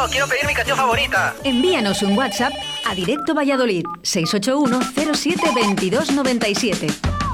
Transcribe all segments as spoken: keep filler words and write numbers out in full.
quiero pedir mi canción favorita. Envíanos un WhatsApp a Directo Valladolid seis ocho uno cero siete dos dos nueve siete.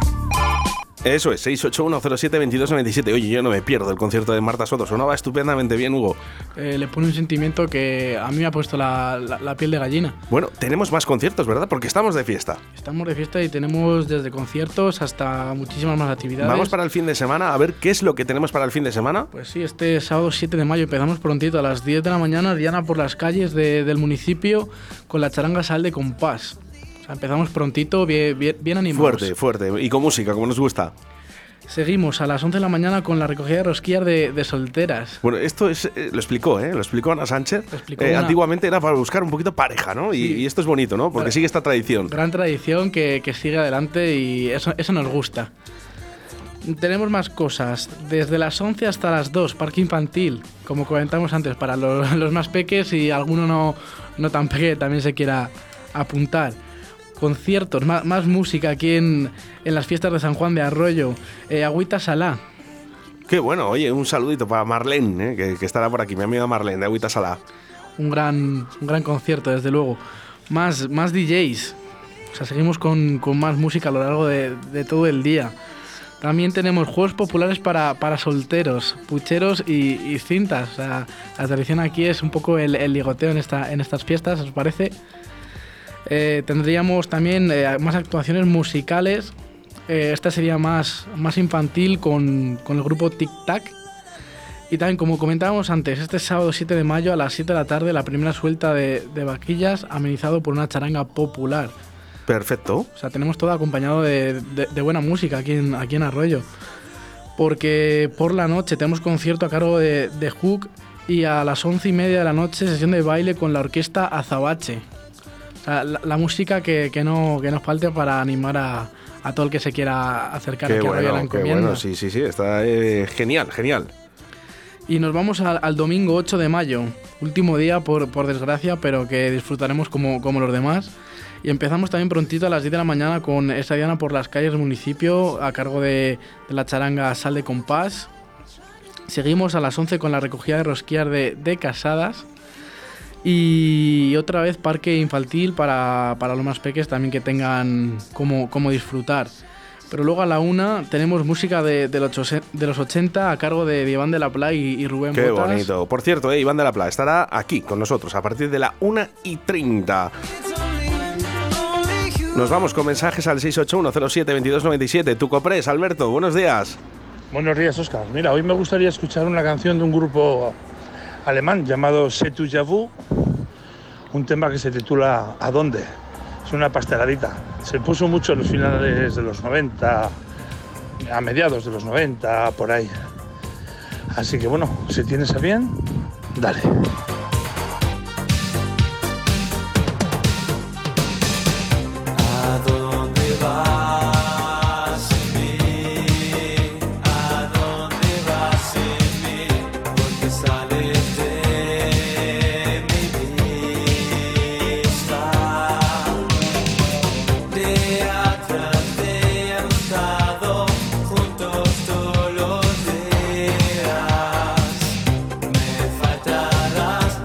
Eso es, seis ocho uno cero siete dos dos nueve siete. Oye, yo no me pierdo el concierto de Marta Soto. Sonaba estupendamente bien, Hugo. Eh, le pone un sentimiento que a mí me ha puesto la, la, la piel de gallina. Bueno, tenemos más conciertos, ¿verdad? Porque estamos de fiesta. Estamos de fiesta y tenemos desde conciertos hasta muchísimas más actividades. Vamos para el fin de semana, a ver qué es lo que tenemos para el fin de semana. Pues sí, este sábado siete de mayo empezamos prontito a las diez de la mañana, diana por las calles de, del municipio con la charanga Sal de Compás. Empezamos prontito, bien, bien, bien animados. Fuerte, fuerte. Y con música, como nos gusta. Seguimos a las once de la mañana con la recogida de rosquillas de, de solteras. Bueno, esto es, eh, lo explicó, ¿eh? Lo explicó Ana Sánchez. Explicó eh, una... Antiguamente era para buscar un poquito pareja, ¿no? Y, Sí. y esto es bonito, ¿no? Porque Vale. sigue esta tradición. Gran tradición que, que sigue adelante y eso, eso nos gusta. Tenemos más cosas. Desde las once hasta las dos, parque infantil, como comentamos antes, para los, los más peques y alguno no, no tan peque también se quiera apuntar. Conciertos, más, más música aquí en, en las fiestas de San Juan de Arroyo. Eh, Agüita Salá. Qué bueno, oye, un saludito para Marlene, ¿eh? que, que estará por aquí, mi amiga Marlene de Agüita Salá. Un gran, un gran concierto, desde luego. Más, más D Js. O sea, seguimos con, con más música a lo largo de, de todo el día. También tenemos juegos populares para, para solteros, pucheros y, y cintas. O sea, la tradición aquí es un poco el, el ligoteo en, esta, en estas fiestas, ¿os parece? Eh, tendríamos también eh, más actuaciones musicales. Eh, esta sería más, más infantil con, con el grupo Tic Tac. Y también, como comentábamos antes, este sábado siete de mayo a las siete de la tarde la primera suelta de, de vaquillas amenizado por una charanga popular. Perfecto. O sea, tenemos todo acompañado de, de, de buena música aquí en, aquí en Arroyo. Porque por la noche tenemos concierto a cargo de, de Hook y a las once y media de la noche sesión de baile con la orquesta Azabache. O sea, la, la música que, que, no, que nos falte para animar a, a todo el que se quiera acercar Qué aquí a Arroyo a la bueno, qué encomienda. bueno, sí, sí, sí, está eh, genial, genial. Y nos vamos al, al domingo ocho de mayo, último día por, por desgracia, pero que disfrutaremos como, como los demás. Y empezamos también prontito a las diez de la mañana con esta diana por las calles del municipio a cargo de, de la charanga Sal de Compás. Seguimos a las once con la recogida de rosquillas de, de Casadas. Y otra vez parque infantil para, para los más peques también que tengan como, como disfrutar. Pero luego a la una tenemos música de, de, los, de los ochenta a cargo de Iván de la Pla y, y Rubén Qué Botas. bonito. Por cierto, eh, Iván de la Pla estará aquí con nosotros a partir de la una y treinta. Nos vamos con mensajes al seis ocho uno cero siete dos dos nueve siete. Tu Copres, Alberto, buenos días. Buenos días, Óscar. Mira, hoy me gustaría escuchar una canción de un grupo alemán llamado C'est tu Javu, un tema que se titula ¿A dónde? Es una pasteladita. Se puso mucho en los finales de los noventa, a mediados de los noventa, por ahí. Así que bueno, si tienes a bien, dale. ¿A dónde vas sin mí? ¿A dónde vas sin mí? Porque sales de mi vista. De atrás de a un lado, juntos todos los días. Me faltarás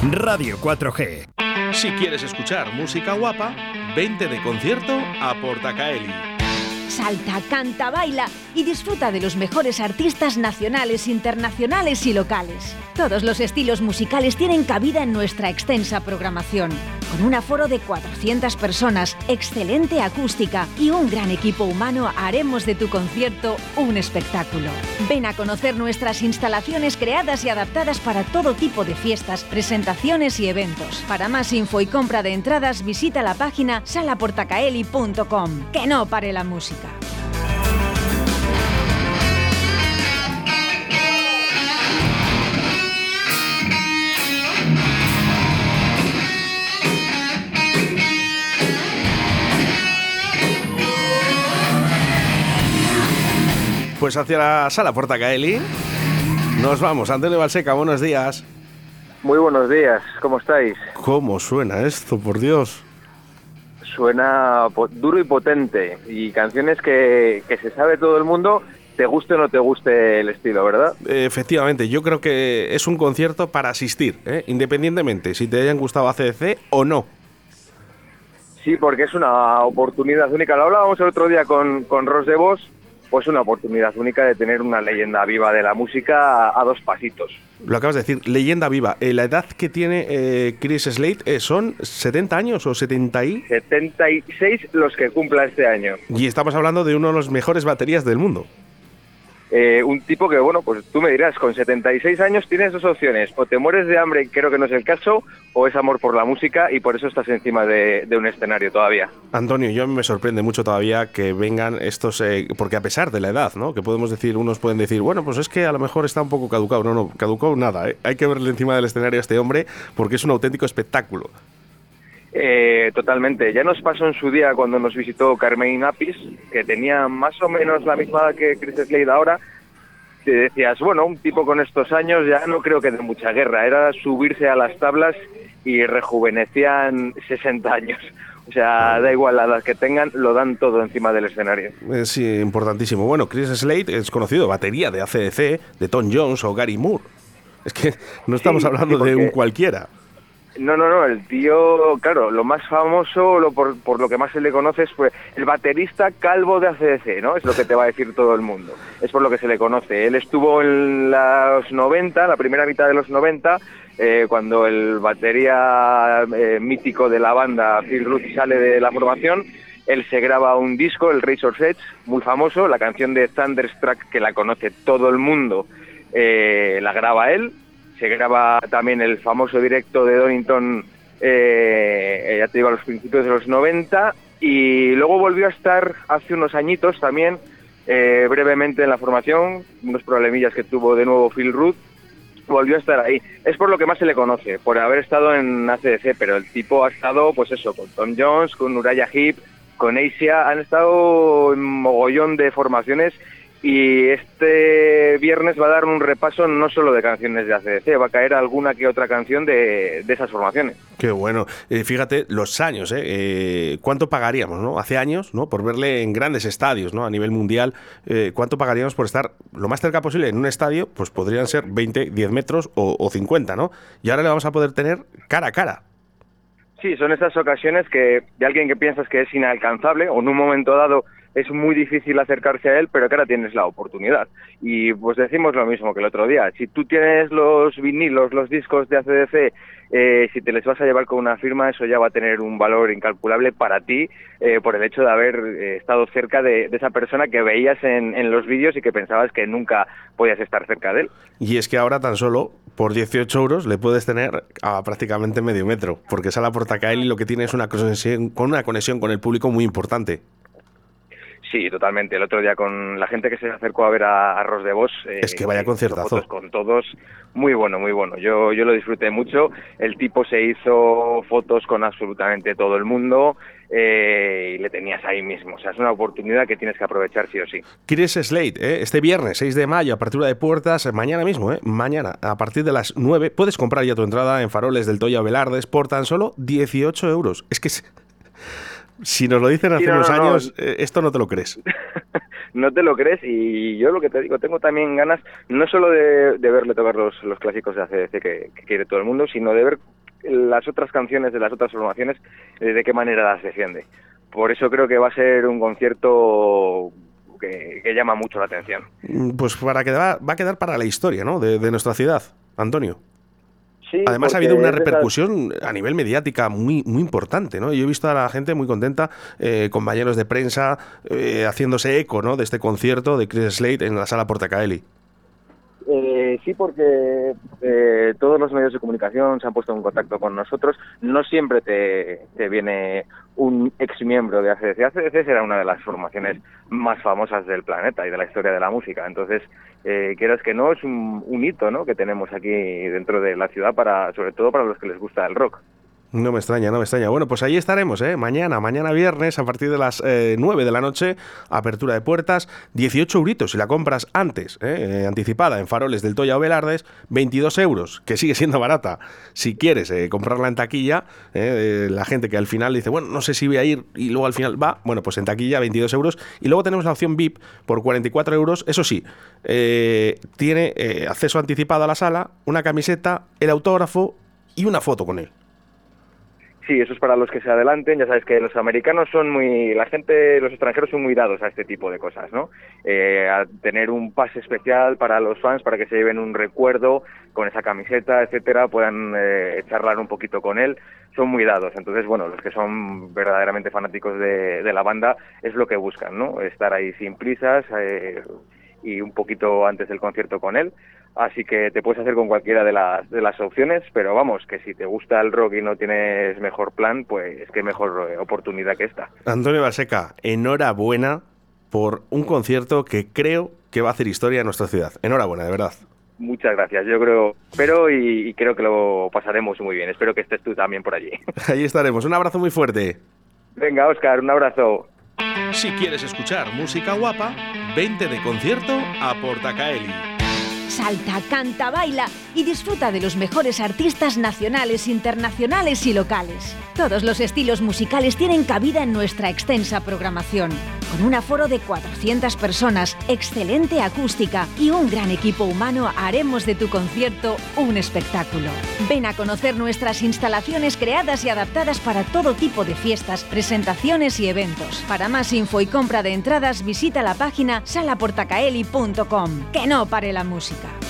Radio cuatro G. Si quieres escuchar música guapa, vente de concierto a Portacaeli. Salta, canta, baila y disfruta de los mejores artistas nacionales, internacionales y locales. Todos los estilos musicales tienen cabida en nuestra extensa programación. Con un aforo de cuatrocientas personas, excelente acústica y un gran equipo humano, haremos de tu concierto un espectáculo. Ven a conocer nuestras instalaciones creadas y adaptadas para todo tipo de fiestas, presentaciones y eventos. Para más info y compra de entradas, visita la página sala portacaeli punto com. ¡Que no pare la música! Pues hacia la sala Portacaeli nos vamos. Antonio Balseca, buenos días. Muy buenos días, ¿cómo estáis? ¿Cómo suena esto, por Dios? Suena po- duro y potente, y canciones que, que se sabe todo el mundo, te guste o no te guste el estilo, ¿verdad? Efectivamente, yo creo que es un concierto para asistir, ¿eh? Independientemente si te hayan gustado A C D C o no. Sí, porque es una oportunidad única. Lo hablábamos el otro día con, con Ros de Vos, pues una oportunidad única de tener una leyenda viva de la música a, a dos pasitos. Lo acabas de decir, leyenda viva. Eh, la edad que tiene eh, Chris Slade eh, son setenta años o setenta y... setenta y seis los que cumpla este año. Y estamos hablando de uno de los mejores baterías del mundo. Eh, un tipo que, bueno, pues tú me dirás, con setenta y seis años tienes dos opciones: o te mueres de hambre, creo que no es el caso, o es amor por la música y por eso estás encima de, de un escenario todavía. Antonio, yo a mí me sorprende mucho todavía que vengan estos, eh, porque a pesar de la edad, ¿no? Que podemos decir, unos pueden decir, bueno, pues es que a lo mejor está un poco caducado. No, no, caducado nada, ¿eh? Hay que verle encima del escenario a este hombre porque es un auténtico espectáculo. Eh, totalmente. Ya nos pasó en su día cuando nos visitó Carmen Apis, que tenía más o menos la misma edad que Chris Slade ahora. Te decías, bueno, un tipo con estos años ya no creo que de mucha guerra. Era subirse a las tablas y rejuvenecían sesenta años. O sea, da igual la edad que tengan, lo dan todo encima del escenario. Es eh, importantísimo. Bueno, Chris Slade es conocido, batería de A C D C, de Tom Jones o Gary Moore. Es que no estamos Sí, hablando sí, porque... de un cualquiera. No, no, no, el tío, claro, lo más famoso, lo por, por lo que más se le conoce es pues, el baterista calvo de A C D C, ¿no? Es lo que te va a decir todo el mundo, es por lo que se le conoce. Él estuvo en los noventa, la primera mitad de los noventa, eh, cuando el batería eh, mítico de la banda, Phil Rudd, sale de la formación. Él se graba un disco, el Razor's Edge, muy famoso, la canción de Thunderstruck, que la conoce todo el mundo, eh, la graba él. Se graba también el famoso directo de Donington, eh, ya te digo, a los principios de los noventa, y luego volvió a estar hace unos añitos también, eh, brevemente en la formación, unos problemillas que tuvo de nuevo Phil Rudd, volvió a estar ahí. Es por lo que más se le conoce, por haber estado en A C D C, pero el tipo ha estado, pues eso, con Tom Jones, con Uriah Heep, con Asia, han estado en mogollón de formaciones. Y este viernes va a dar un repaso no solo de canciones de A C D C, va a caer alguna que otra canción de, de esas formaciones. Qué bueno. Eh, fíjate, los años, ¿eh? Eh, ¿Cuánto pagaríamos, no? Hace años, ¿no? Por verle en grandes estadios, ¿no? A nivel mundial, eh, ¿cuánto pagaríamos por estar lo más cerca posible en un estadio? Pues podrían ser veinte, diez metros o, o cincuenta, ¿no? Y ahora le vamos a poder tener cara a cara. Sí, son esas ocasiones que de alguien que piensas que es inalcanzable o en un momento dado es muy difícil acercarse a él, pero que ahora tienes la oportunidad. Y pues decimos lo mismo que el otro día. Si tú tienes los vinilos, los discos de A C D C, eh, si te les vas a llevar con una firma, eso ya va a tener un valor incalculable para ti, eh, por el hecho de haber eh, estado cerca de, de esa persona que veías en, en los vídeos y que pensabas que nunca podías estar cerca de él. Y es que ahora tan solo por dieciocho euros le puedes tener a prácticamente medio metro, porque Sala Portacaeli lo que tiene es una conexión, con una conexión con el público muy importante. Sí, totalmente. El otro día con la gente que se acercó a ver a, a Ros de Vos, eh, es que vaya conciertazo. Fotos con todos, muy bueno, muy bueno. Yo yo lo disfruté mucho. El tipo se hizo fotos con absolutamente todo el mundo eh, y le tenías ahí mismo. O sea, es una oportunidad que tienes que aprovechar sí o sí. Chris Slade, ¿eh? Este viernes seis de mayo, apertura de puertas, mañana mismo, ¿eh? Mañana, a partir de las nueve, puedes comprar ya tu entrada en Faroles del Toya Velardes por tan solo dieciocho euros. Es que... Es... Si nos lo dicen hace sí, no, unos no, años, no. eh, esto no te lo crees. no te lo crees. Y yo lo que te digo, tengo también ganas no solo de, de verle tocar los, los clásicos de A C D C que, que quiere todo el mundo, sino de ver las otras canciones de las otras formaciones, eh, de qué manera las defiende. Por eso creo que va a ser un concierto que, que llama mucho la atención. Pues para que va, va a quedar para la historia, ¿no?, de, de nuestra ciudad, Antonio. Sí, además ha habido una esas... repercusión a nivel mediática muy muy importante, ¿no? Yo he visto a la gente muy contenta, eh, compañeros de prensa eh, haciéndose eco, ¿no?, de este concierto de Chris Slade en la Sala Portacaeli. Eh, sí, porque eh, todos los medios de comunicación se han puesto en contacto con nosotros. No siempre te, te viene un ex miembro de A C D C. A C D C era una de las formaciones más famosas del planeta y de la historia de la música. Entonces, eh, quieras que no, es un, un hito, ¿no?, que tenemos aquí dentro de la ciudad, para, sobre todo para los que les gusta el rock. No me extraña, no me extraña. Bueno, pues ahí estaremos, ¿eh? Mañana, mañana viernes, a partir de las eh, nueve de la noche, apertura de puertas, dieciocho euritos si la compras antes, ¿eh? Eh, anticipada, en Faroles del Toya o Velardes, veintidós euros, que sigue siendo barata. Si quieres eh, comprarla en taquilla, eh, la gente que al final dice, bueno, no sé si voy a ir, y luego al final va, bueno, pues en taquilla veintidós euros. Y luego tenemos la opción V I P por cuarenta y cuatro euros, eso sí, eh, tiene eh, acceso anticipado a la sala, una camiseta, el autógrafo y una foto con él. Sí, eso es para los que se adelanten. Ya sabes que los americanos son muy... La gente, los extranjeros son muy dados a este tipo de cosas, ¿no? Eh, a tener un pase especial para los fans, para que se lleven un recuerdo con esa camiseta, etcétera, puedan eh, charlar un poquito con él. Son muy dados. Entonces, bueno, los que son verdaderamente fanáticos de, de la banda es lo que buscan, ¿no? Estar ahí sin prisas eh, y un poquito antes del concierto con él. Así que te puedes hacer con cualquiera de las, de las opciones, pero vamos, que si te gusta el rock y no tienes mejor plan, pues qué mejor eh, oportunidad que esta. Antonio Balseca, enhorabuena por un concierto que creo que va a hacer historia en nuestra ciudad. Enhorabuena, de verdad. Muchas gracias, yo creo, espero y, y creo que lo pasaremos muy bien. Espero que estés tú también por allí. Ahí estaremos, un abrazo muy fuerte. Venga, Óscar, un abrazo. Si quieres escuchar música guapa, vente de concierto a Portacaeli. Salta, canta, baila y disfruta de los mejores artistas nacionales, internacionales y locales. Todos los estilos musicales tienen cabida en nuestra extensa programación. Con un aforo de cuatrocientas personas, excelente acústica y un gran equipo humano, haremos de tu concierto un espectáculo. Ven a conocer nuestras instalaciones creadas y adaptadas para todo tipo de fiestas, presentaciones y eventos. Para más info y compra de entradas, visita la página sala portacaeli punto com. ¡Que no pare la música!